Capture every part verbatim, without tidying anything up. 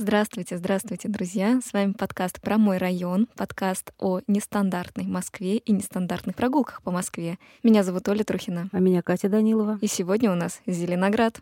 Здравствуйте, здравствуйте, друзья! С вами подкаст про мой район, подкаст о нестандартной Москве и нестандартных прогулках по Москве. Меня зовут Оля Трухина. А меня Катя Данилова. И сегодня у нас Зеленоград.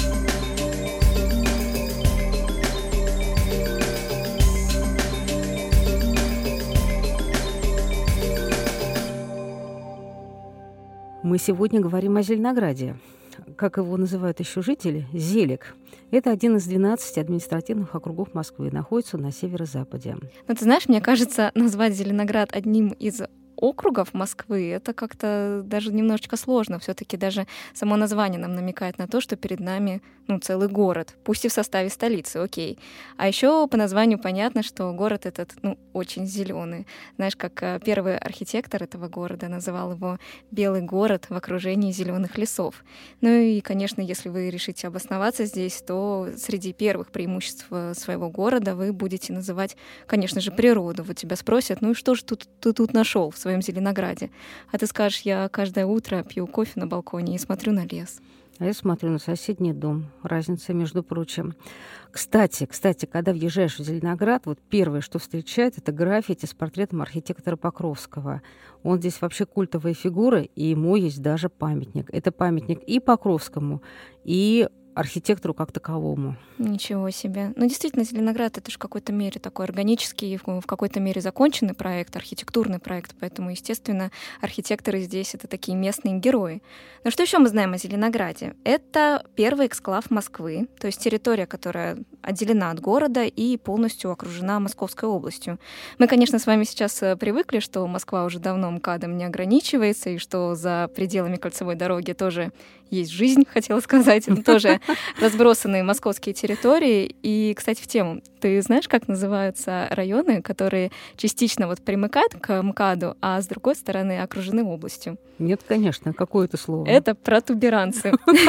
Мы сегодня говорим о Зеленограде. Как его называют еще жители, Зелик. Это один из двенадцати административных округов Москвы. Находится на северо-западе. Но ты знаешь, мне кажется, назвать Зеленоград одним из округов Москвы, это как-то даже немножечко сложно. Все-таки даже само название нам намекает на то, что перед нами ну, целый город, пусть и в составе столицы, окей. А еще по названию понятно, что город этот ну, очень зеленый. Знаешь, как первый архитектор этого города называл его «белый город в окружении зеленых лесов». Ну и, конечно, если вы решите обосноваться здесь, то среди первых преимуществ своего города вы будете называть, конечно же, природу. Вот тебя спросят, ну и что же тут, ты тут нашел в своем Зеленограде? А ты скажешь, я каждое утро пью кофе на балконе и смотрю на лес. А я смотрю на соседний дом. Разница, между прочим. Кстати, кстати, когда въезжаешь в Зеленоград, вот первое, что встречает, это граффити с портретом архитектора Покровского. Он здесь вообще культовая фигура, и ему есть даже памятник. Это памятник и Покровскому, и архитектору как таковому. Ничего себе. Ну, действительно, Зеленоград — это же в какой-то мере такой органический, в какой-то мере законченный проект, архитектурный проект, поэтому, естественно, архитекторы здесь — это такие местные герои. Но что еще мы знаем о Зеленограде? Это первый эксклав Москвы, то есть территория, которая отделена от города и полностью окружена Московской областью. Мы, конечно, с вами сейчас привыкли, что Москва уже давно МКАДом не ограничивается, и что за пределами кольцевой дороги тоже есть жизнь, хотела сказать, тоже разбросанные московские территории. И, кстати, в тему. Ты знаешь, как называются районы, которые частично вот примыкают к МКАДу, а с другой стороны окружены областью? Нет, конечно. Какое это слово? Это протуберанцы.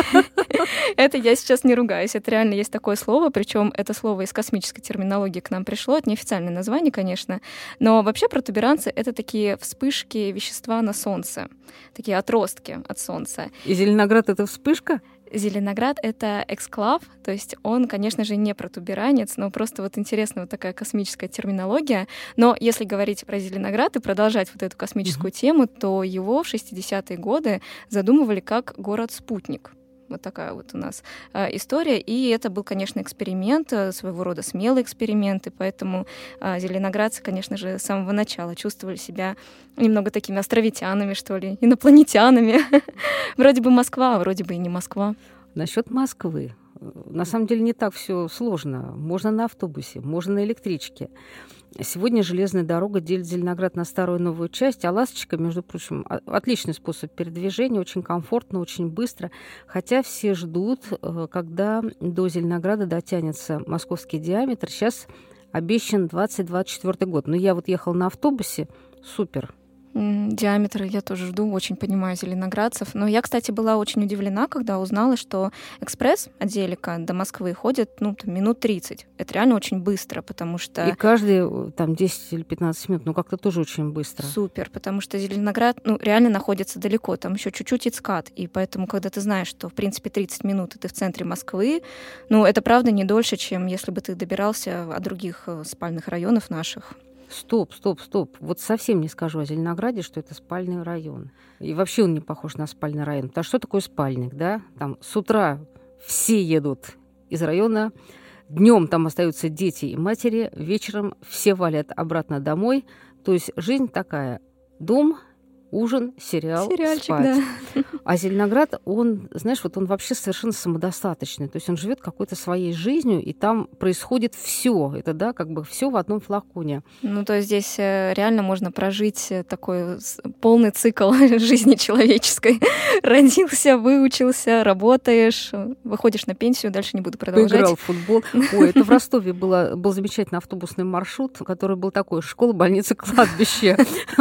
Это я сейчас не ругаюсь. Это реально есть такое слово, причем это слово из космической терминологии к нам пришло. Это неофициальное название, конечно. Но вообще протуберанцы — это такие вспышки вещества на Солнце, такие отростки от Солнца. И Зеленоград — это вспышка? Зеленоград — это эксклав, то есть он, конечно же, не протуберанец, но просто вот интересная вот такая космическая терминология. Но если говорить про Зеленоград и продолжать вот эту космическую mm-hmm. тему, то его в шестидесятые годы задумывали как город-спутник. Вот такая вот у нас э, история. И это был, конечно, эксперимент, э, своего рода смелый эксперимент, и поэтому э, зеленоградцы, конечно же, с самого начала чувствовали себя немного такими островитянами, что ли, инопланетянами. Вроде бы Москва, а вроде бы и не Москва. Насчет Москвы. На самом деле не так все сложно. Можно на автобусе, можно на электричке. Сегодня железная дорога делит Зеленоград на старую и новую часть, а «Ласточка», между прочим, отличный способ передвижения, очень комфортно, очень быстро. Хотя все ждут, когда до Зеленограда дотянется московский диаметр. Сейчас обещан двадцать двадцать четвёртый год. Но я вот ехала на автобусе, супер. Диаметр я тоже жду, очень понимаю зеленоградцев. Но я, кстати, была очень удивлена, когда узнала, что экспресс от Зелика до Москвы ходит ну, там, минут тридцать. Это реально очень быстро, потому что... И каждые там, десять или пятнадцать минут, ну как-то тоже очень быстро. Супер, потому что Зеленоград ну, реально находится далеко, там еще чуть-чуть и ЦКАД. И поэтому, когда ты знаешь, что, в принципе, тридцать минут, и ты в центре Москвы, ну, это правда не дольше, чем если бы ты добирался от других спальных районов наших. Стоп, стоп, стоп. Вот совсем не скажу о Зеленограде, что это спальный район. И вообще он не похож на спальный район. Потому что что такое спальник, да? Там с утра все едут из района, днем там остаются дети и матери, вечером все валят обратно домой. То есть жизнь такая. Дом, ужин, сериал, Сериальчик, спать. Да. А Зеленоград, он, знаешь, вот он вообще совершенно самодостаточный. То есть он живет какой-то своей жизнью, и там происходит все. Это, да, как бы все в одном флаконе. Ну, то есть здесь реально можно прожить такой полный цикл жизни человеческой. Родился, выучился, работаешь, выходишь на пенсию, дальше не буду продолжать. Поиграл в футбол. Ой, это в Ростове было, был замечательный автобусный маршрут, который был такой: школа, больница, кладбище.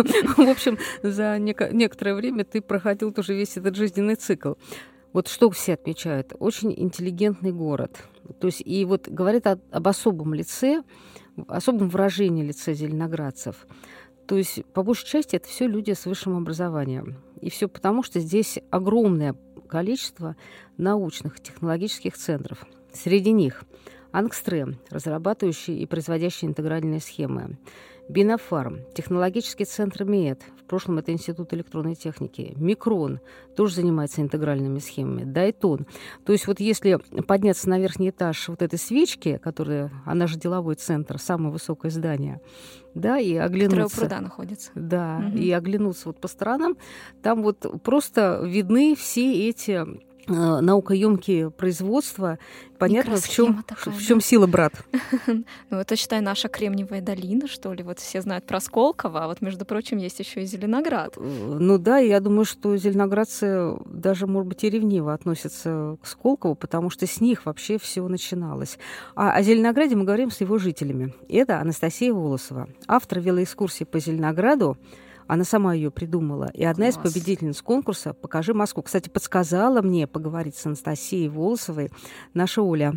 В общем, за некоторое время ты проходил тоже весь этот жизненный цикл. Вот что все отмечают. Очень интеллигентный город. То есть, и вот говорят о, об особом лице, особом выражении лица зеленоградцев. То есть, по большей части, это все люди с высшим образованием. И все потому, что здесь огромное количество научных и технологических центров. Среди них Ангстрем, разрабатывающий и производящий интегральные схемы. Бинофарм, технологический центр МИЭД, в прошлом это Институт электронной техники. Микрон тоже занимается интегральными схемами. Дайтон. То есть вот если подняться на верхний этаж вот этой свечки, которая, она же деловой центр, самое высокое здание, да, и оглянуться. Которое у пруда находится. Да, угу. И оглянуться вот по сторонам, там вот просто видны все эти наукоемкие производства. Понятно, в чем, такая, в чем да? сила, брат. Ну, это, считай, наша Кремниевая долина, что ли. Вот все знают про Сколково, а вот, между прочим, есть еще и Зеленоград. Ну да, я думаю, что зеленоградцы даже, может быть, и ревниво относятся к Сколково, потому что с них вообще все начиналось. А о Зеленограде мы говорим с его жителями. Это Анастасия Волосова, автор велоэкскурсии по Зеленограду. Она сама ее придумала. И одна Класс. Из победительниц конкурса «Покажи Москву». Кстати, подсказала мне поговорить с Анастасией Волосовой наша Оля.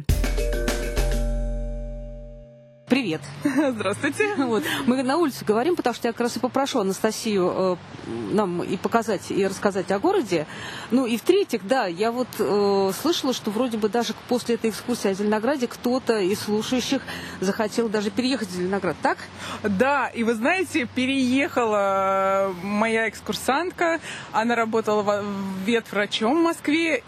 Привет. Здравствуйте. Вот. Мы на улице говорим, потому что я как раз и попрошу Анастасию э, нам и показать, и рассказать о городе. Ну и в-третьих, да, я вот э, слышала, что вроде бы даже после этой экскурсии о Зеленограде кто-то из слушающих захотел даже переехать в Зеленоград, так? Да, и вы знаете, переехала моя экскурсантка. Она работала ветврачом в Москве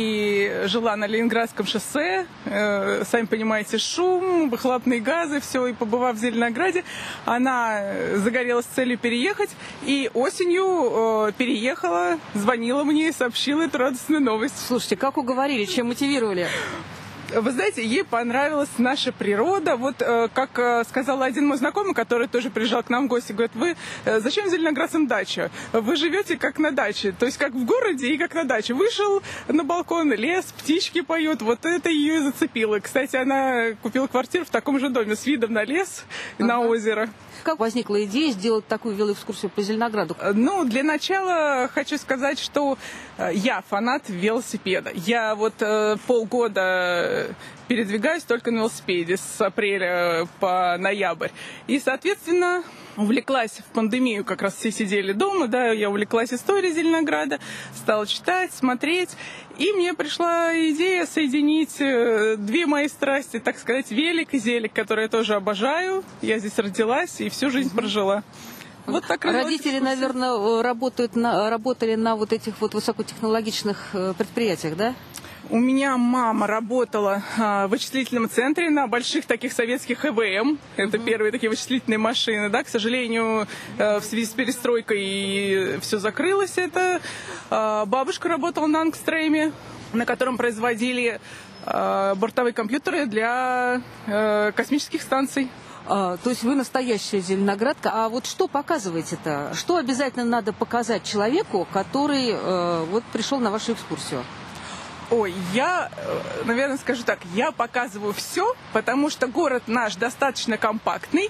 и жила на Ленинградском шоссе. Э, сами понимаете, шум, выхлопные газы. Все, и побывав в Зеленограде, она загорелась целью переехать, и осенью э, переехала, звонила мне и сообщила эту радостную новость. Слушайте, как уговорили, чем мотивировали? Вы знаете, ей понравилась наша природа. Вот э, как э, сказал один мой знакомый, который тоже приезжал к нам в гости, говорит, вы э, зачем зеленоградцам дача? Вы живете как на даче, то есть как в городе и как на даче. Вышел на балкон, лес, птички поют, вот это ее и зацепило. Кстати, она купила квартиру в таком же доме с видом на лес и ага. на озеро. Как возникла идея сделать такую велоэкскурсию по Зеленограду? Ну, для начала хочу сказать, что я фанат велосипеда. Я вот э, полгода передвигаюсь только на велосипеде с апреля по ноябрь. И, соответственно, увлеклась в пандемию, как раз все сидели дома, да, я увлеклась историей Зеленограда, стала читать, смотреть. И мне пришла идея соединить две мои страсти, так сказать, велик и зелик, которые я тоже обожаю. Я здесь родилась и всю жизнь прожила. Вот так родители, наверное, работают на, работали на вот этих вот высокотехнологичных предприятиях, да? У меня мама работала а, в вычислительном центре на больших таких советских ЭВМ. Это mm-hmm. первые такие вычислительные машины. Да? К сожалению, а, в связи с перестройкой все закрылось это. А, бабушка работала на Ангстреме, на котором производили а, бортовые компьютеры для а, космических станций. А, то есть вы настоящая зеленоградка. А вот что показываете-то? Что обязательно надо показать человеку, который э, вот пришел на вашу экскурсию? Ой, я, наверное, скажу так, я показываю все, потому что город наш достаточно компактный,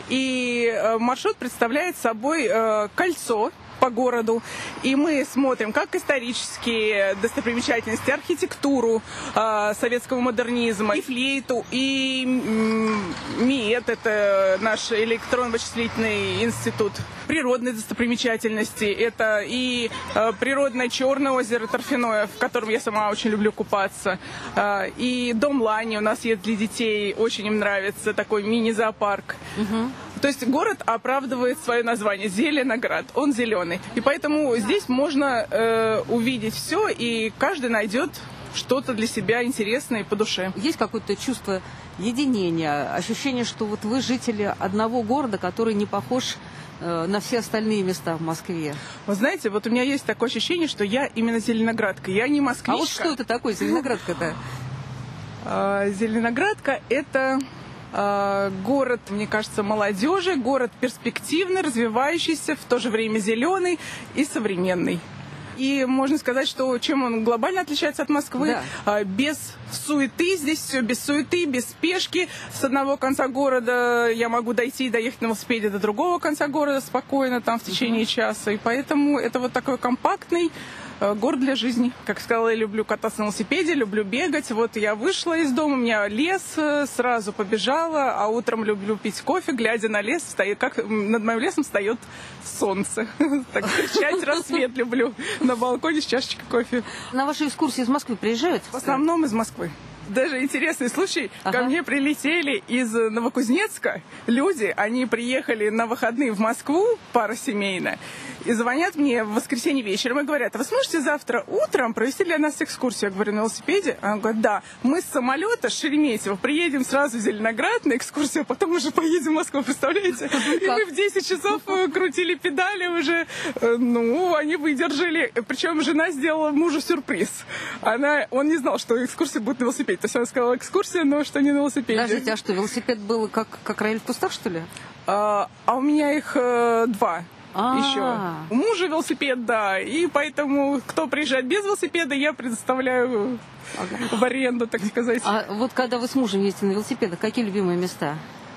и маршрут представляет собой кольцо по городу, и мы смотрим как исторические достопримечательности, архитектуру э, советского модернизма, и флейту, и МИЭД, это наш электронно-вычислительный институт, природные достопримечательности, это и э, природное Черное озеро Торфяное, в котором я сама очень люблю купаться, э, и дом Лани у нас есть для детей, очень им нравится, такой мини-зоопарк. Угу. То есть город оправдывает свое название Зеленоград, он зеленый. И поэтому здесь можно э, увидеть все, и каждый найдет что-то для себя интересное и по душе. Есть какое-то чувство единения, ощущение, что вот вы жители одного города, который не похож э, на все остальные места в Москве? Вы знаете, вот у меня есть такое ощущение, что я именно зеленоградка, я не москвичка. А вот что это такое, зеленоградка-то? Зеленоградка – это... город, мне кажется, молодежи, город перспективный, развивающийся, в то же время зеленый и современный. И можно сказать, что чем он глобально отличается от Москвы, да. без суеты, здесь все без суеты, без спешки. С одного конца города я могу дойти и доехать на велосипеде до другого конца города спокойно, там в течение uh-huh. часа. И поэтому это вот такой компактный город для жизни. Как сказала, я люблю кататься на велосипеде, люблю бегать. Вот я вышла из дома, у меня лес, сразу побежала, а утром люблю пить кофе, глядя на лес, встает, как над моим лесом встает солнце. Так встречать рассвет люблю на балконе с чашечкой кофе. На ваши экскурсии из Москвы приезжают? В основном из Москвы. Даже интересный случай. Ага. Ко мне прилетели из Новокузнецка люди. Они приехали на выходные в Москву, пара семейная, и звонят мне в воскресенье вечером и говорят: вы сможете завтра утром провести для нас экскурсию? Я говорю: на велосипеде? Она говорит: да. Мы с самолета с Шереметьево приедем сразу в Зеленоград на экскурсию, а потом уже поедем в Москву, представляете? И мы в десять часов крутили педали уже. Ну, они выдержали. Причем жена сделала мужу сюрприз. Она, он не знал, что экскурсия будет на велосипеде. То есть она сказала: экскурсия, но что не на велосипеде. Подождите, а что, велосипед был как, как рояль в кустах, что ли? А, а у меня их э, два. А-а-а. Еще. У мужа велосипед, да. И поэтому, кто приезжает без велосипеда, я предоставляю ага. в аренду, так сказать. А вот когда вы с мужем ездите на велосипедах, какие любимые места?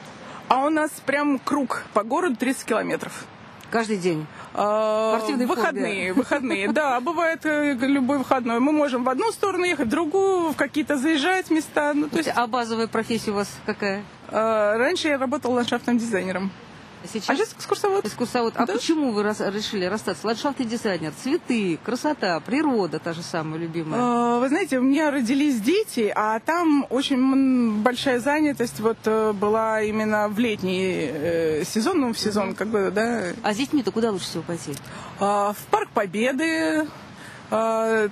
А у нас прям круг по городу тридцать километров. Каждый день? А, выходные, выходные, да, бывает любой выходной. Мы можем в одну сторону ехать, в другую, в какие-то заезжать места. Ну, то есть... А базовая профессия у вас какая? А, раньше я работала ландшафтным дизайнером. Сейчас? А сейчас экскурсовод. Экскурсовод. А да? Почему вы раз, решили расстаться? Ландшафтный дизайнер, цветы, красота, природа та же самая любимая. А, вы знаете, у меня родились дети, а там очень большая занятость вот была именно в летний э, сезон, ну в сезон mm-hmm. как бы, да. А с детьми-то куда лучше всего пойти? А, в Парк Победы. Там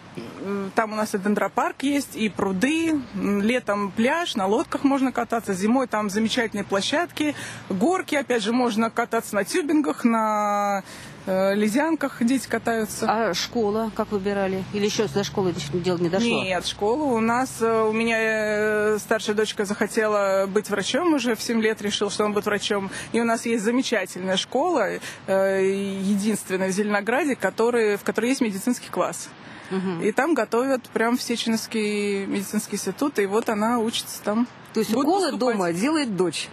у нас и дендропарк есть, и пруды. Летом пляж, на лодках можно кататься. Зимой там замечательные площадки, горки. Опять же, можно кататься на тюбингах, на э, лизянках дети катаются. А школа как выбирали? Или еще до школы дело не дошло? Нет, школа у нас... У меня старшая дочка захотела быть врачом уже в семь лет, решила, что она будет врачом. И у нас есть замечательная школа, э, единственная в Зеленограде, который, в которой есть медицинский класс. Угу. И там готовят прям в Сеченовский медицинский институт, и вот она учится там. То есть уколы дома делает дочь?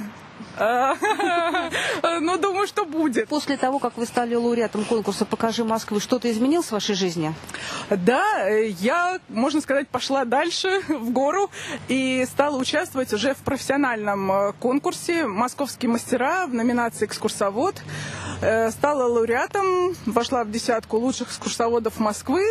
Ну, думаю, что будет. После того, как вы стали лауреатом конкурса «Покажи Москву», что-то изменилось в вашей жизни? Да, я, можно сказать, пошла дальше в гору и стала участвовать уже в профессиональном конкурсе «Московские мастера» в номинации «Экскурсовод». Стала лауреатом, вошла в десятку лучших экскурсоводов Москвы,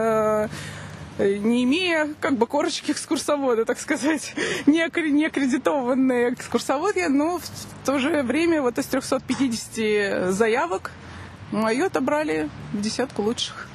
не имея как бы корочки экскурсовода, так сказать, не аккредитованный экскурсовод я, но в то же время вот из трёхсот пятидесяти заявок мою отобрали в десятку лучших.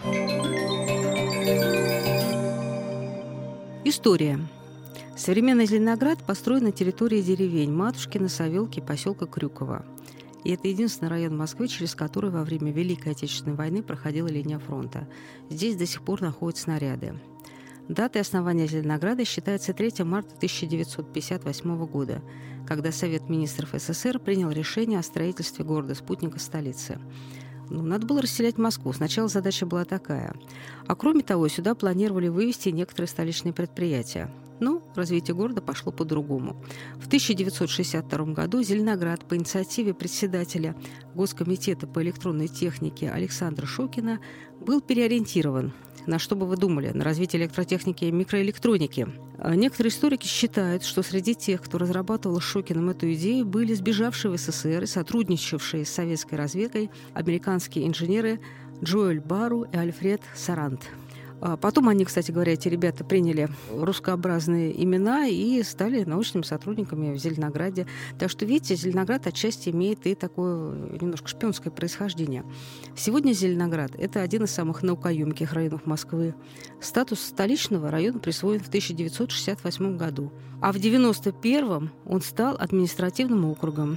История. Современный Зеленоград построен на территории деревень Матушкина, Савелки и поселка Крюково. И это единственный район Москвы, через который во время Великой Отечественной войны проходила линия фронта. Здесь до сих пор находят снаряды. Датой основания Зеленограда считается третьего марта тысяча девятьсот пятьдесят восьмого года, когда Совет министров СССР принял решение о строительстве города-спутника столицы. Ну, надо было расселять Москву. Сначала задача была такая. А кроме того, сюда планировали вывести некоторые столичные предприятия. Но развитие города пошло по-другому. В тысяча девятьсот шестьдесят втором году Зеленоград по инициативе председателя Госкомитета по электронной технике Александра Шокина был переориентирован. На что бы вы думали? На развитие электротехники и микроэлектроники. Некоторые историки считают, что среди тех, кто разрабатывал с Шокиным эту идею, были сбежавшие в СССР и сотрудничавшие с советской разведкой американские инженеры Джоэль Бару и Альфред Сарант. Потом они, кстати говоря, эти ребята приняли русскообразные имена и стали научными сотрудниками в Зеленограде. Так что, видите, Зеленоград отчасти имеет и такое немножко шпионское происхождение. Сегодня Зеленоград – это один из самых наукоемких районов Москвы. Статус столичного района присвоен в тысяча девятьсот шестьдесят восьмом году. А в девяносто первом он стал административным округом.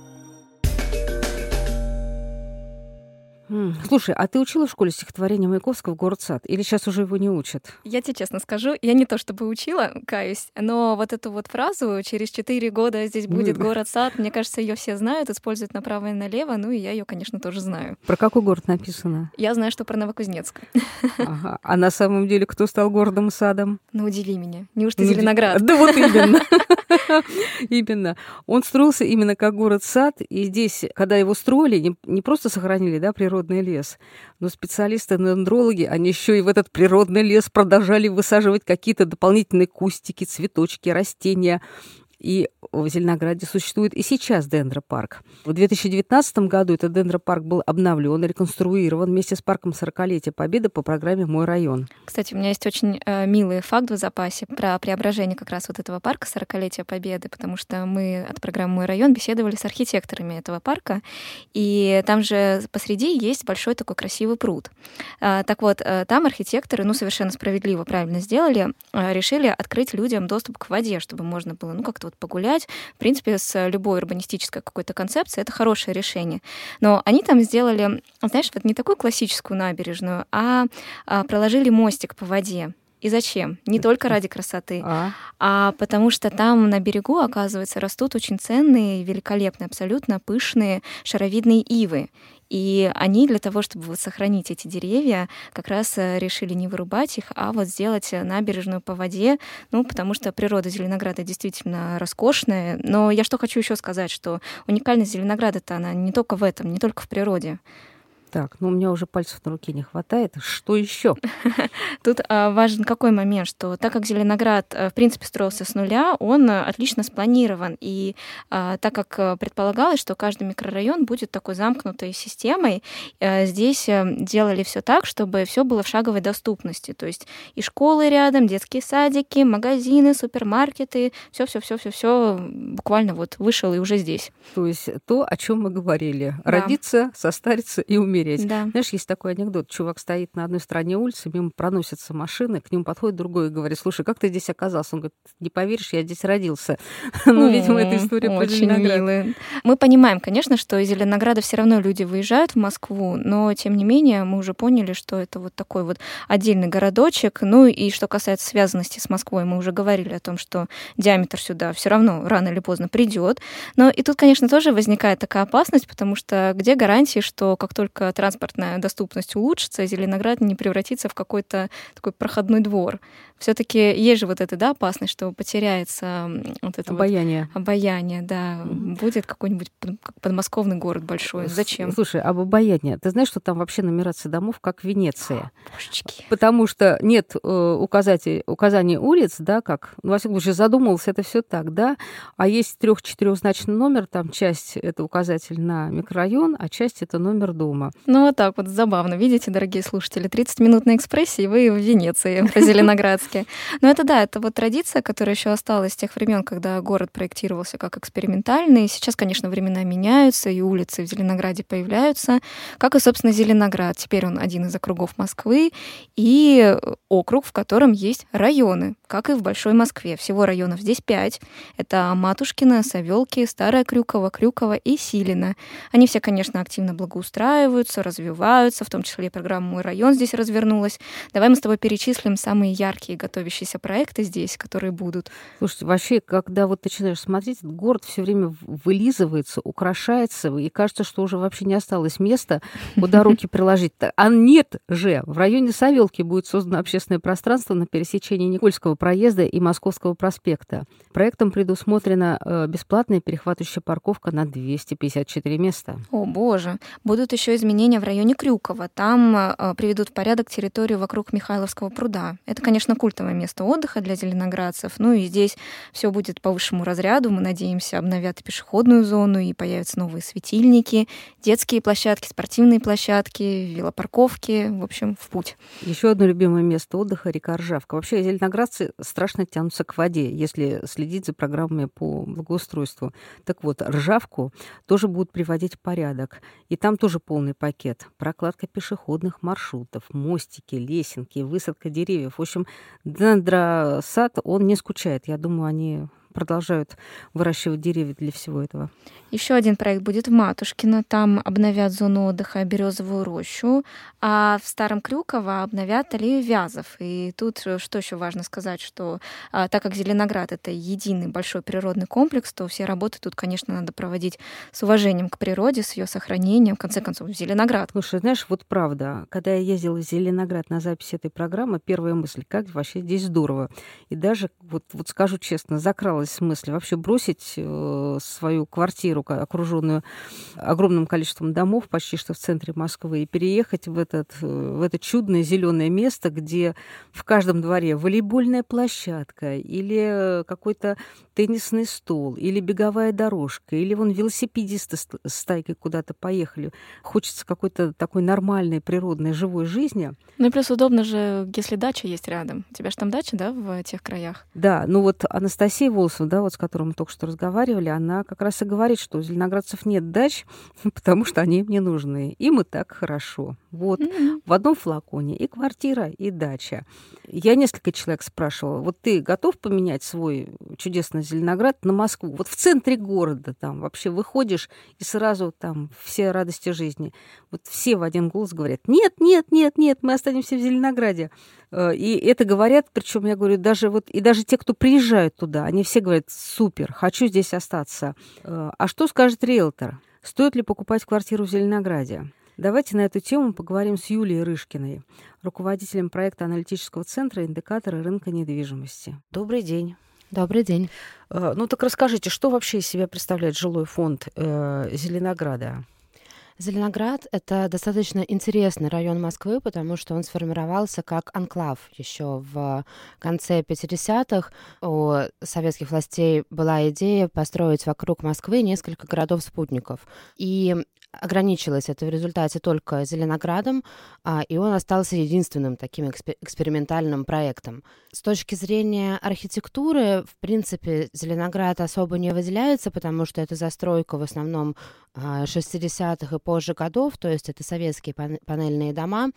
Слушай, а ты учила в школе стихотворение Маяковского «Город-сад»? Или сейчас уже его не учат? Я тебе честно скажу, я не то чтобы учила, каюсь, но вот эту вот фразу «через четыре года здесь будет город-сад», мне кажется, ее все знают, используют направо и налево, ну и я ее, конечно, тоже знаю. Про какой город написано? Я знаю, что про Новокузнецк. Ага. А на самом деле кто стал городом-садом? Ну, удиви меня. Неужто ну, Зеленоград? Да вот именно. Именно. Он строился именно как город-сад, и здесь, когда его строили, не, не просто сохранили, да, природный лес, но специалисты-дендрологи, они еще и в этот природный лес продолжали высаживать какие-то дополнительные кустики, цветочки, растения. И в Зеленограде существует и сейчас дендропарк. В две тысячи девятнадцатом году этот дендропарк был обновлен, реконструирован вместе с парком сорокалетия Победы по программе «Мой район». Кстати, у меня есть очень э, милый факт в запасе про преображение как раз вот этого парка сорокалетия Победы, потому что мы от программы «Мой район» беседовали с архитекторами этого парка, и там же посреди есть большой такой красивый пруд. А, так вот, там архитекторы, ну, совершенно справедливо, правильно сделали, решили открыть людям доступ к воде, чтобы можно было, ну, как-то вот погулять. В принципе, с любой урбанистической какой-то концепцией это хорошее решение. Но они там сделали, знаешь, вот не такую классическую набережную, а, а проложили мостик по воде. И зачем? Не только ради красоты, а? а потому что там на берегу, оказывается, растут очень ценные, великолепные, абсолютно пышные шаровидные ивы. И они для того, чтобы вот сохранить эти деревья, как раз решили не вырубать их, а вот сделать набережную по воде, ну, потому что природа Зеленограда действительно роскошная. Но я что хочу еще сказать, что уникальность Зеленограда-то она не только в этом, не только в природе. Так, ну у меня уже пальцев на руке не хватает. Что еще? Тут а, важен какой момент, что так как Зеленоград, в принципе, строился с нуля, он отлично спланирован. И а, так как предполагалось, что каждый микрорайон будет такой замкнутой системой, а, здесь делали все так, чтобы все было в шаговой доступности. То есть и школы рядом, детские садики, магазины, супермаркеты, все-все-все-все-все буквально вот вышел и уже здесь. То есть то, о чем мы говорили. Да. Родиться, состариться и умереть. Да. Знаешь, есть такой анекдот. Чувак стоит на одной стороне улицы, мимо проносятся машины, к нему подходит другой и говорит: слушай, как ты здесь оказался? Он говорит: не поверишь, я здесь родился. Ну, видимо, эта история про Зеленоград. Мы понимаем, конечно, что из Зеленограда все равно люди выезжают в Москву, но, тем не менее, мы уже поняли, что это вот такой вот отдельный городочек. Ну, и что касается связанности с Москвой, мы уже говорили о том, что диаметр сюда все равно рано или поздно придет. Но и тут, конечно, тоже возникает такая опасность, потому что где гарантии, что как только транспортная доступность улучшится, Зеленоград не превратится в какой-то такой проходной двор. Все-таки есть же вот эта, да, опасность, что потеряется вот это обаяние. Вот обаяние, да. Mm-hmm. Будет какой-нибудь подмосковный город большой. Зачем? Слушай, об обаянии. Ты знаешь, что там вообще нумерация домов, как в Венеции? Божечки. Потому что нет э, указателей, указаний улиц, да, как, ну, во всяком случае, задумывался это все так, да, а есть трех-четырехзначный номер, там часть — это указатель на микрорайон, а часть — это номер дома. Ну, вот так вот забавно. Видите, дорогие слушатели, тридцать минут на экспрессе, и вы в Венеции, по-зеленоградски. Но это да, это вот традиция, которая еще осталась с тех времен, когда город проектировался как экспериментальный. Сейчас, конечно, времена меняются, и улицы в Зеленограде появляются, как и, собственно, Зеленоград. Теперь он один из округов Москвы, и округ, в котором есть районы, как и в Большой Москве. Всего районов здесь пять. Это Матушкино, Савёлки, Старая Крюково, Крюково и Силино. Они все, конечно, активно благоустраиваются, развиваются, в том числе и программа «Мой район» здесь развернулась. Давай мы с тобой перечислим самые яркие готовящиеся проекты здесь, которые будут. Слушайте, вообще, когда вот начинаешь смотреть, город все время вылизывается, украшается, и кажется, что уже вообще не осталось места, куда руки приложить. А нет же! В районе Савёлки будет создано общественное пространство на пересечении Никольского проезда и Московского проспекта. Проектом предусмотрена бесплатная перехватывающая парковка на двести пятьдесят четыре места. О, боже! Будут еще изменения в районе Крюкова. Там приведут в порядок территорию вокруг Михайловского пруда. Это, конечно, культовое место отдыха для зеленоградцев. Ну и здесь все будет по высшему разряду. Мы надеемся, обновят пешеходную зону, и появятся новые светильники, детские площадки, спортивные площадки, велопарковки. В общем, в путь. Еще одно любимое место отдыха — река Ржавка. Вообще, зеленоградцы страшно тянутся к воде, если следить за программами по благоустройству. Так вот, Ржавку тоже будут приводить в порядок. И там тоже полный пакет. Прокладка пешеходных маршрутов, мостики, лесенки, высадка деревьев. В общем, дендросад, он не скучает. Я думаю, они продолжают выращивать деревья для всего этого. Еще один проект будет в Матушкино. Там обновят зону отдыха Березовую рощу, а в Старом Крюково обновят аллею Вязов. И тут что еще важно сказать, что а, так как Зеленоград — это единый большой природный комплекс, то все работы тут, конечно, надо проводить с уважением к природе, с ее сохранением. В конце концов, Зеленоград. Слушай, знаешь, вот правда, когда я ездила в Зеленоград на запись этой программы, первая мысль: как вообще здесь здорово. И даже, вот, вот скажу честно, закралась закралась мысль вообще бросить э, свою квартиру, окруженную огромным количеством домов, почти что в центре Москвы, и переехать в, этот, в это чудное зеленое место, где в каждом дворе волейбольная площадка или какой-то теннисный стол, или беговая дорожка, или вон велосипедисты с стайкой куда-то поехали. Хочется какой-то такой нормальной, природной, живой жизни. Ну и плюс удобно же, если дача есть рядом. У тебя же там дача, да, в тех краях? Да, ну вот Анастасия Волосова, да, вот с которой мы только что разговаривали, она как раз и говорит, что у зеленоградцев нет дач, потому что они им не нужны. Им и так хорошо. Вот mm-hmm. в одном флаконе и квартира, и дача. Я несколько человек спрашивала, вот ты готов поменять свой чудесный Зеленоград на Москву? Вот в центре города там вообще выходишь, и сразу там все радости жизни. Вот все в один голос говорят, нет, нет, нет, нет, мы останемся в Зеленограде. И это говорят, причем я говорю, даже вот, и даже те, кто приезжают туда, они все говорят, супер, хочу здесь остаться. А что скажет риэлтор? Стоит ли покупать квартиру в Зеленограде? Давайте на эту тему поговорим с Юлией Рышкиной, руководителем проекта аналитического центра «Индикаторы рынка недвижимости». Добрый день. Добрый день. Ну так расскажите, что вообще из себя представляет жилой фонд э, Зеленограда? Зеленоград — это достаточно интересный район Москвы, потому что он сформировался как анклав. Еще в конце пятидесятых у советских властей была идея построить вокруг Москвы несколько городов-спутников. И ограничилось это в результате только Зеленоградом, а, и он остался единственным таким экспер- экспериментальным проектом. С точки зрения архитектуры, в принципе, Зеленоград особо не выделяется, потому что это застройка в основном а, шестидесятых и позже годов, то есть это советские пан- панельные дома,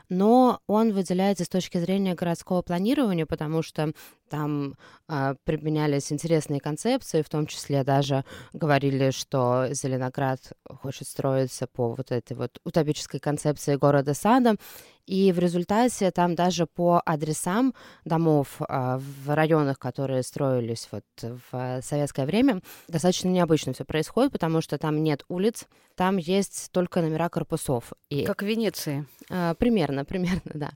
но он выделяется с точки зрения городского планирования, потому что там а, применялись интересные концепции, в том числе даже говорили, что Зеленоград хочет строиться по вот этой вот утопической концепции города-сада, и в результате там даже по адресам домов а, в районах, которые строились вот в советское время, достаточно необычно все происходит, потому что там нет улиц, там есть только номера корпусов. И, как в Венеции. А, примерно, примерно, да.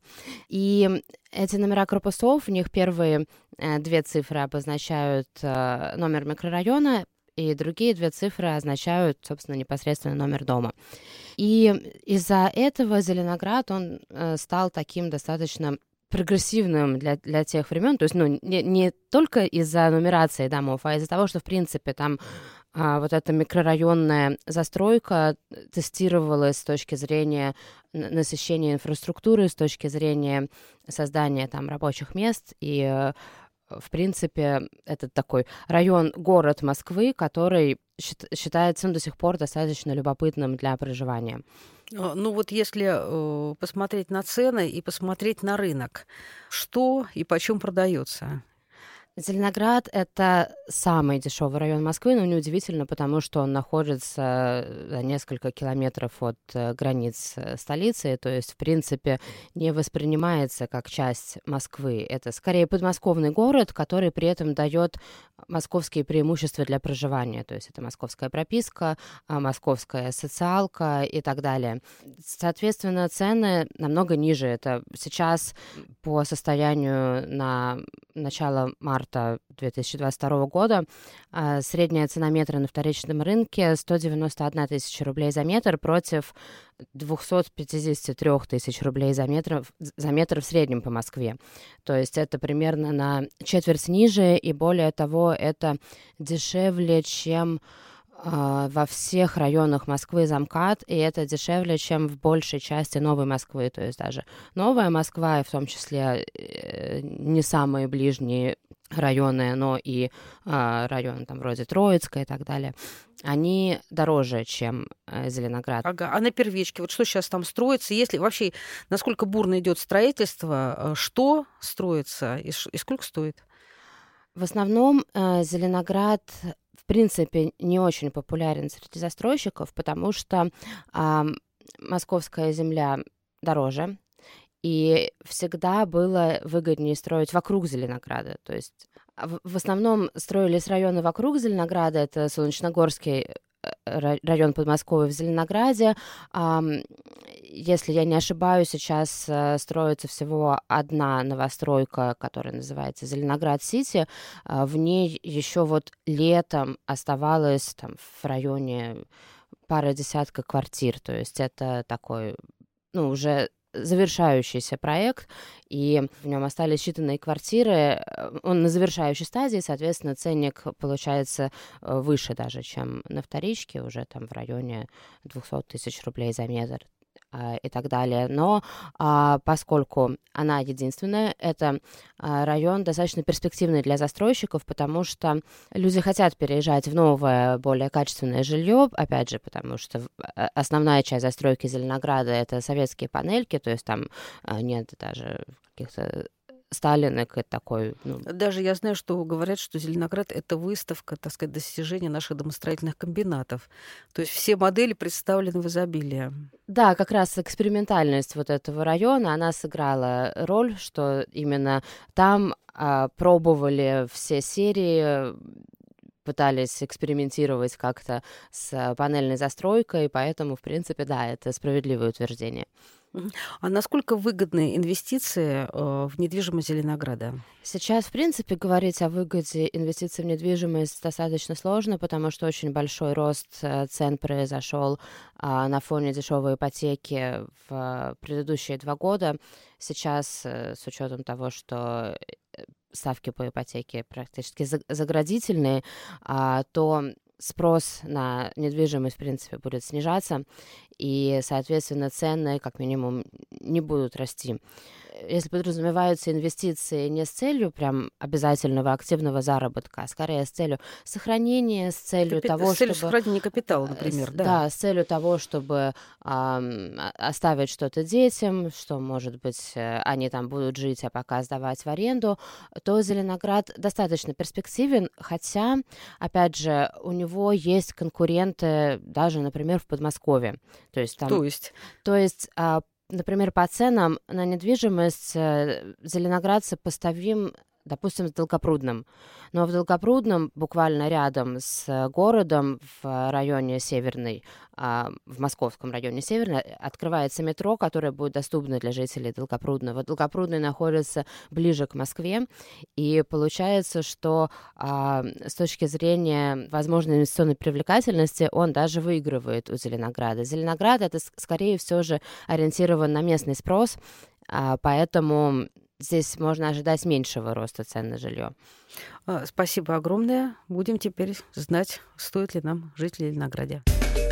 И эти номера корпусов, у них первые э, две цифры обозначают э, номер микрорайона, и другие две цифры означают, собственно, непосредственно номер дома. И из-за этого Зеленоград, он э, стал таким достаточно прогрессивным для, для тех времен, то есть, ну, не, не только из-за нумерации домов, а из-за того, что, в принципе, там а, вот эта микрорайонная застройка тестировалась с точки зрения насыщения инфраструктуры, с точки зрения создания там рабочих мест, и в принципе, это такой район-город Москвы, который считается ну, до сих пор достаточно любопытным для проживания. Ну вот если э, посмотреть на цены и посмотреть на рынок, что и почем продается? Зеленоград — это самый дешевый район Москвы, но неудивительно, потому что он находится за несколько километров от границ столицы, то есть, в принципе, не воспринимается как часть Москвы. Это скорее подмосковный город, который при этом дает московские преимущества для проживания, то есть это московская прописка, московская социалка и так далее. Соответственно, цены намного ниже. Это сейчас по состоянию на начало марта две тысячи двадцать второго года средняя цена метра на вторичном рынке сто девяносто одна тысяча рублей за метр против двести пятьдесят три тысячи рублей за метр, за метр в среднем по Москве. То есть это примерно на четверть ниже, и более того, это дешевле, чем во всех районах Москвы замкат, и это дешевле, чем в большей части Новой Москвы. То есть даже Новая Москва, и в том числе не самые ближние районы, но и а, районы там вроде Троицка и так далее, они дороже, чем э, Зеленоград. Ага, а на первичке, вот что сейчас там строится, если вообще, насколько бурно идет строительство, что строится и, и сколько стоит? В основном э, Зеленоград в принципе не очень популярен среди застройщиков, потому что э, московская земля дороже, и всегда было выгоднее строить вокруг Зеленограда. То есть в основном строились районы вокруг Зеленограда, это Солнечногорский район Подмосковья в Зеленограде, если я не ошибаюсь, сейчас э, строится всего одна новостройка, которая называется Зеленоград-Сити. Э, в ней еще вот летом оставалось там в районе пары десятка квартир. То есть это такой, ну, уже завершающийся проект, и в нем остались считанные квартиры. Он на завершающей стадии, соответственно, ценник получается выше даже, чем на вторичке, уже там в районе двести тысяч рублей за метр и так далее. Но а, поскольку она единственная, это а, район достаточно перспективный для застройщиков, потому что люди хотят переезжать в новое, более качественное жилье, опять же, потому что основная часть застройки Зеленограда — это советские панельки, то есть там а, нет даже каких-то Сталинок, это такой... Ну... Даже я знаю, что говорят, что Зеленоград — это выставка, так сказать, достижений наших домостроительных комбинатов. То есть все модели представлены в изобилии. Да, как раз экспериментальность вот этого района, она сыграла роль, что именно там а, пробовали все серии, пытались экспериментировать как-то с панельной застройкой, поэтому, в принципе, да, это справедливое утверждение. А насколько выгодны инвестиции в недвижимость Зеленограда? Сейчас, в принципе, говорить о выгоде инвестиций в недвижимость достаточно сложно, потому что очень большой рост цен произошел на фоне дешевой ипотеки в предыдущие два года. Сейчас, с учетом того, что ставки по ипотеке практически заградительные, то спрос на недвижимость, в принципе, будет снижаться, и, соответственно, цены, как минимум, не будут расти. Если подразумеваются инвестиции не с целью прям обязательного активного заработка, а скорее с целью сохранения, с целью Капи... того, с целью чтобы... сохранения капитала, например, с... да. Да, с целью того, чтобы э, оставить что-то детям, что, может быть, они там будут жить, а пока сдавать в аренду, то Зеленоград достаточно перспективен, хотя, опять же, у него есть конкуренты даже, например, в Подмосковье. То есть, там... то есть? То есть например, по ценам на недвижимость Зеленоград сопоставим, допустим, с Долгопрудным. Но в Долгопрудном, буквально рядом с городом, в районе Северный, в московском районе Северный, открывается метро, которое будет доступно для жителей Долгопрудного. Долгопрудный находится ближе к Москве, и получается, что с точки зрения возможной инвестиционной привлекательности он даже выигрывает у Зеленограда. Зеленоград — это скорее все же ориентирован на местный спрос, поэтому здесь можно ожидать меньшего роста цен на жилье. Спасибо огромное. Будем теперь знать, стоит ли нам жить в Зеленограде.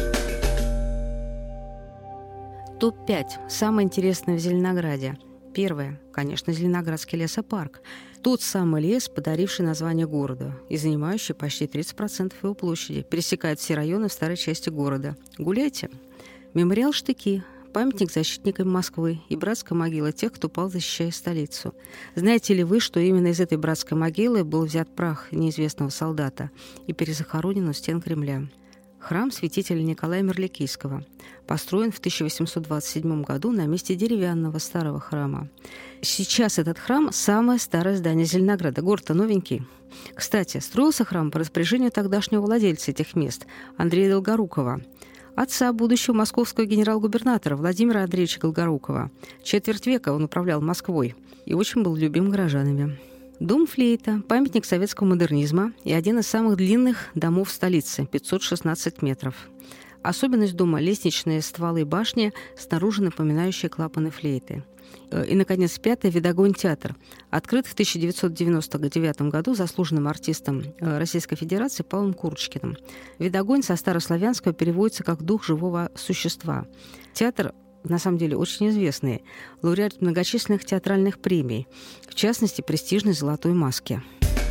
топ пять. Самое интересное в Зеленограде. Первое, конечно, Зеленоградский лесопарк. Тот самый лес, подаривший название города и занимающий почти тридцать процентов его площади, пересекает все районы в старой части города. Гуляйте. Мемориал Штыки. Памятник защитникам Москвы и братская могила тех, кто пал, защищая столицу. Знаете ли вы, что именно из этой братской могилы был взят прах неизвестного солдата и перезахоронен у стен Кремля? Храм святителя Николая Мерликийского построен в тысяча восемьсот двадцать седьмом году на месте деревянного старого храма. Сейчас этот храм – самое старое здание Зеленограда. Город-то новенький. Кстати, строился храм по распоряжению тогдашнего владельца этих мест Андрея Долгорукова, отца будущего московского генерал-губернатора Владимира Андреевича Долгорукова. Четверть века он управлял Москвой и очень был любим горожанами. Дом Флейта – памятник советского модернизма и один из самых длинных домов столицы – пятьсот шестнадцать метров. Особенность дома – лестничные стволы башни, снаружи напоминающие клапаны флейты. И, наконец, пятый – Видогонь-театр. Открыт в тысяча девятьсот девяносто девятом году заслуженным артистом Российской Федерации Павлом Курочкиным. Видогонь со старославянского переводится как «дух живого существа». Театр, на самом деле, очень известный. Лауреат многочисленных театральных премий, в частности, престижной «Золотой маски».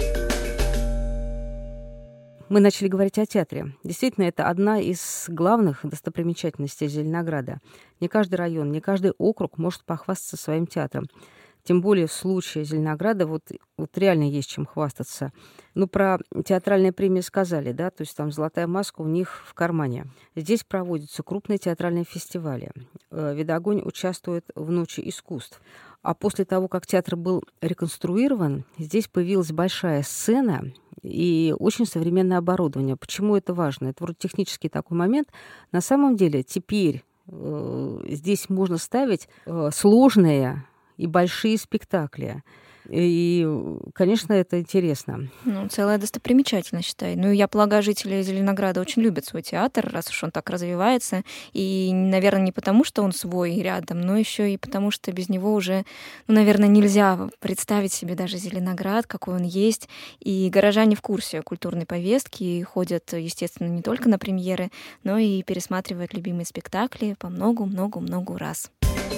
Мы начали говорить о театре. Действительно, это одна из главных достопримечательностей Зеленограда. Не каждый район, не каждый округ может похвастаться своим театром. Тем более в случае Зеленограда вот, вот реально есть чем хвастаться. Ну, про театральные премии сказали, да, то есть там «Золотая маска» у них в кармане. Здесь проводятся крупные театральные фестивали. Видогонь участвует в «Ночи искусств». А после того, как театр был реконструирован, здесь появилась большая сцена и очень современное оборудование. Почему это важно? Это вроде технический такой момент. На самом деле теперь здесь можно ставить сложные и большие спектакли. И, конечно, это интересно. Ну, целая достопримечательность, считай. Ну, я полагаю, жители Зеленограда очень любят свой театр, раз уж он так развивается. И, наверное, не потому, что он свой рядом, но еще и потому, что без него уже, ну, наверное, нельзя представить себе даже Зеленоград, какой он есть. И горожане в курсе культурной повестки и ходят, естественно, не только на премьеры, но и пересматривают любимые спектакли по многу-многу-многу раз.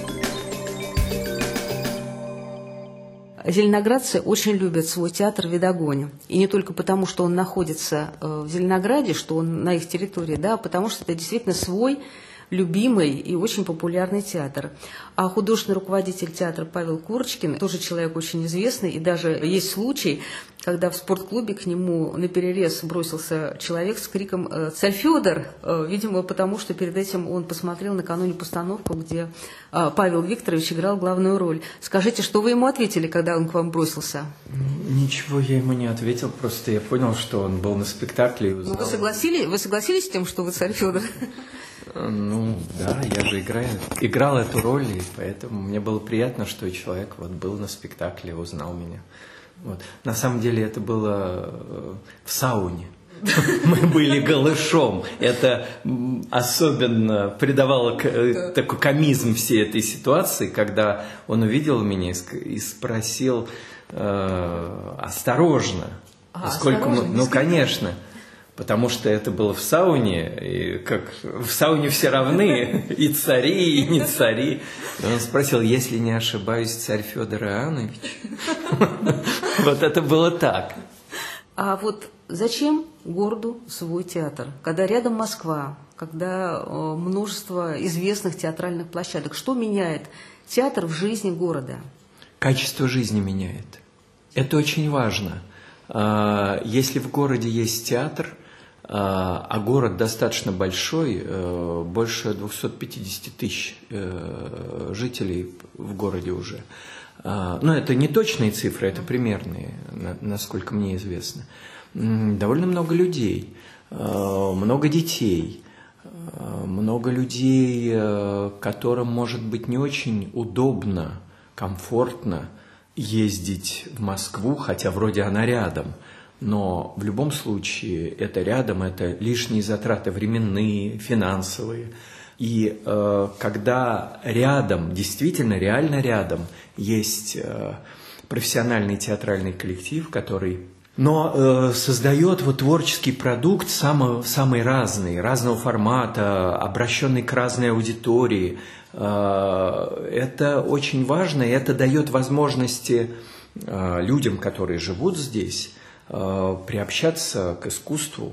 Зеленоградцы очень любят свой театр в Видогоне. И не только потому, что он находится в Зеленограде, что он на их территории, да, а потому что это действительно свой любимый и очень популярный театр. А художественный руководитель театра Павел Курочкин тоже человек очень известный. И даже есть случай, когда в спортклубе к нему наперерез бросился человек с криком «Царь Фёдор!», видимо, потому что перед этим он посмотрел накануне постановку, где Павел Викторович играл главную роль. Скажите, что вы ему ответили, когда он к вам бросился? Ничего я ему не ответил, просто я понял, что он был на спектакле и узнал. Ну, вы согласились, вы согласились с тем, что вы царь Фёдор? Ну, да, я же играю, играл эту роль, и поэтому мне было приятно, что человек вот был на спектакле, узнал меня. Вот. На самом деле это было в сауне. Мы были голышом. Это особенно придавало такой комизм всей этой ситуации, когда он увидел меня и спросил осторожно. А, сколько осторожно, мы... Ну, конечно. Потому что это было в сауне, и как в сауне все равны, и цари, и не цари. И он спросил, если не ошибаюсь, царь Фёдор Иоаннович. Вот это было так. А вот зачем городу свой театр? Когда рядом Москва, когда множество известных театральных площадок, что меняет театр в жизни города? Качество жизни меняет. Это очень важно. Если в городе есть театр, а город достаточно большой, больше двести пятьдесят тысяч жителей в городе уже. Но это не точные цифры, это примерные, насколько мне известно. Довольно много людей, много детей, много людей, которым, может быть, не очень удобно, комфортно ездить в Москву, хотя вроде она рядом. Но в любом случае это рядом, это лишние затраты временные, финансовые. И э, когда рядом, действительно реально рядом, есть э, профессиональный театральный коллектив, который но, э, создает вот творческий продукт самый, самый разный, разного формата, обращенный к разной аудитории, э, это очень важно, и это дает возможности э, людям, которые живут здесь, приобщаться к искусству,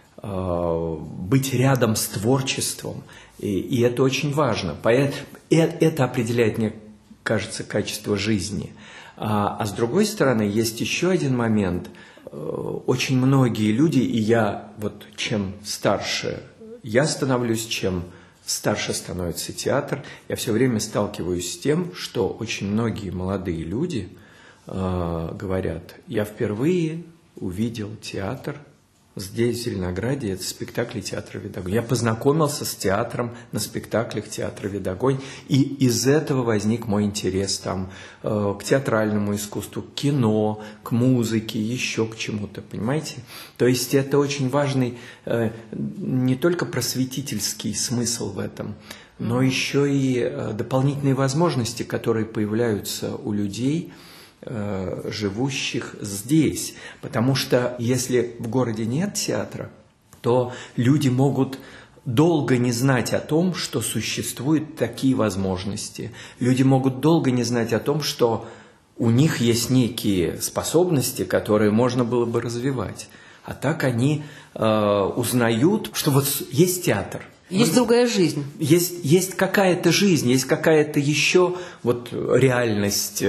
быть рядом с творчеством, и, и это очень важно. Это определяет, мне кажется, качество жизни. А, а с другой стороны, есть еще один момент. Очень многие люди, и я, вот чем старше я становлюсь, чем старше становится театр, я все время сталкиваюсь с тем, что очень многие молодые люди э, говорят, я впервые увидел театр здесь, в Зеленограде, это спектакли театра «Видогонь». Я познакомился с театром на спектаклях театра «Видогонь», и из этого возник мой интерес там, э, к театральному искусству, к кино, к музыке, еще к чему-то, понимаете? То есть это очень важный э, не только просветительский смысл в этом, но еще и э, дополнительные возможности, которые появляются у людей, живущих здесь. Потому что если в городе нет театра, то люди могут долго не знать о том, что существуют такие возможности. Люди могут долго не знать о том, что у них есть некие способности, которые можно было бы развивать. А так они э, узнают, что вот есть театр. Есть другая жизнь. Есть, есть какая-то жизнь, есть какая-то еще вот реальность.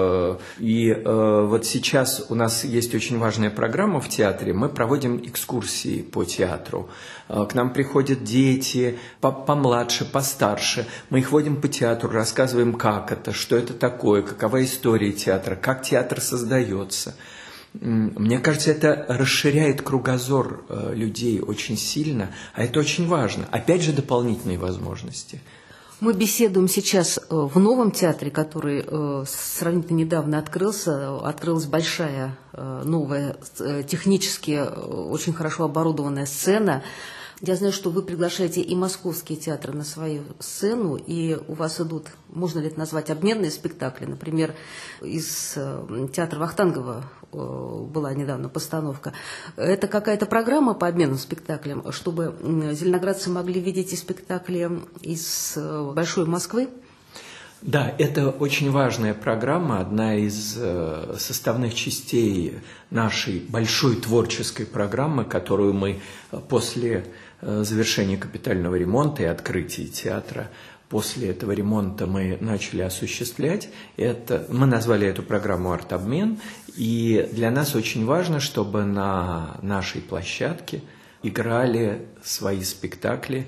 И вот сейчас у нас есть очень важная программа в театре. Мы проводим экскурсии по театру. К нам приходят дети помладше, постарше. Мы их водим по театру, рассказываем, как это, что это такое, какова история театра, как театр создается. Мне кажется, это расширяет кругозор людей очень сильно, а это очень важно. Опять же, дополнительные возможности. Мы беседуем сейчас в новом театре, который сравнительно недавно открылся. Открылась большая, новая, технически очень хорошо оборудованная сцена. Я знаю, что вы приглашаете и московские театры на свою сцену, и у вас идут, можно ли это назвать, обменные спектакли. Например, из театра Вахтангова была недавно постановка. Это какая-то программа по обменным спектаклям, чтобы зеленоградцы могли видеть и спектакли из большой Москвы? Да, это очень важная программа, одна из составных частей нашей большой творческой программы, которую мы после завершения капитального ремонта и открытия театра, после этого ремонта мы начали осуществлять. Это, мы назвали эту программу «Арт-обмен», и для нас очень важно, чтобы на нашей площадке играли свои спектакли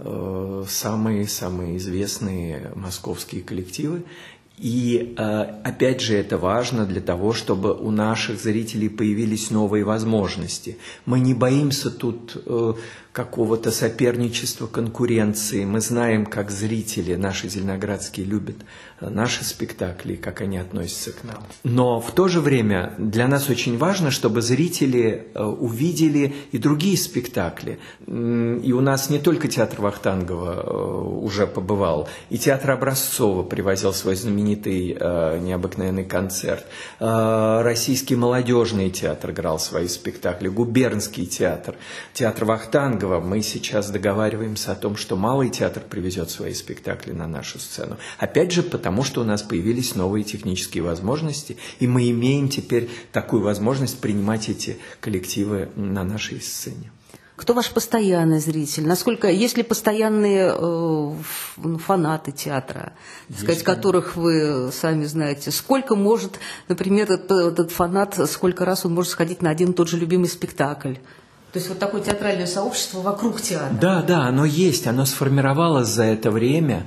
самые-самые известные московские коллективы. И, опять же, это важно для того, чтобы у наших зрителей появились новые возможности. Мы не боимся тут какого-то соперничества, конкуренции. Мы знаем, как зрители наши зеленоградские любят наши спектакли, как они относятся к нам. Но в то же время для нас очень важно, чтобы зрители увидели и другие спектакли. И у нас не только театр Вахтангова уже побывал, и театр Образцова привозил свой знаменитый необыкновенный концерт. Российский молодежный театр играл свои спектакли, губернский театр, театр Вахтангова. Мы сейчас договариваемся о том, что Малый театр привезет свои спектакли на нашу сцену. Опять же, потому что у нас появились новые технические возможности, и мы имеем теперь такую возможность принимать эти коллективы на нашей сцене. Кто ваш постоянный зритель? Насколько, есть ли постоянные э, фанаты театра, так сказать, которых вы сами знаете? Сколько может, например, этот, этот фанат, сколько раз он может сходить на один и тот же любимый спектакль? То есть вот такое театральное сообщество вокруг театра. Да, да, оно есть, оно сформировалось за это время,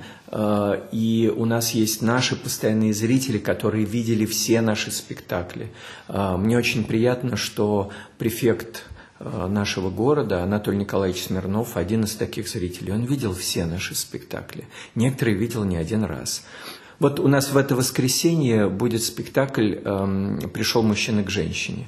и у нас есть наши постоянные зрители, которые видели все наши спектакли. Мне очень приятно, что префект нашего города, Анатолий Николаевич Смирнов, один из таких зрителей. Он видел все наши спектакли, некоторые видел не один раз. Вот у нас в это воскресенье будет спектакль «Пришел мужчина к женщине».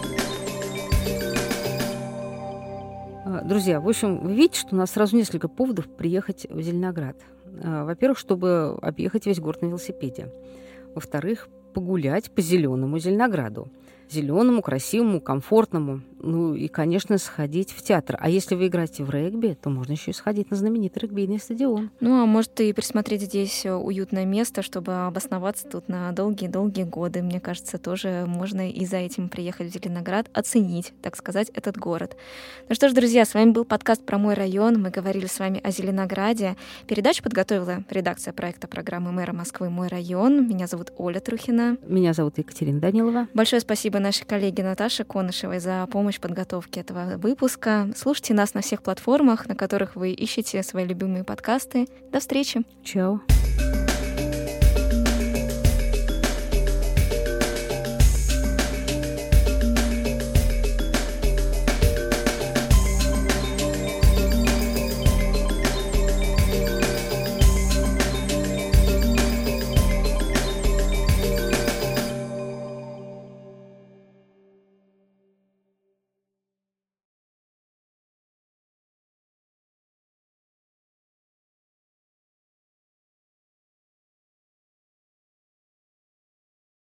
Друзья, в общем, вы видите, что у нас сразу несколько поводов приехать в Зеленоград. Во-первых, чтобы объехать весь город на велосипеде. Во-вторых, погулять по зеленому Зеленограду. Зеленому, красивому, комфортному. Ну и, конечно, сходить в театр. А если вы играете в регби, то можно еще и сходить на знаменитый регбийный стадион. Ну, а может и присмотреть здесь уютное место, чтобы обосноваться тут на долгие-долгие годы. Мне кажется, тоже можно и за этим приехать в Зеленоград, оценить, так сказать, этот город. Ну что ж, друзья, с вами был подкаст про мой район. Мы говорили с вами о Зеленограде. Передачу подготовила редакция проекта программы мэра Москвы «Мой район». Меня зовут Оля Трухина. Меня зовут Екатерина Данилова. Большое спасибо нашей коллеге Наташе Конышевой за помощь в подготовке этого выпуска. Слушайте нас на всех платформах, на которых вы ищете свои любимые подкасты. До встречи. Чао.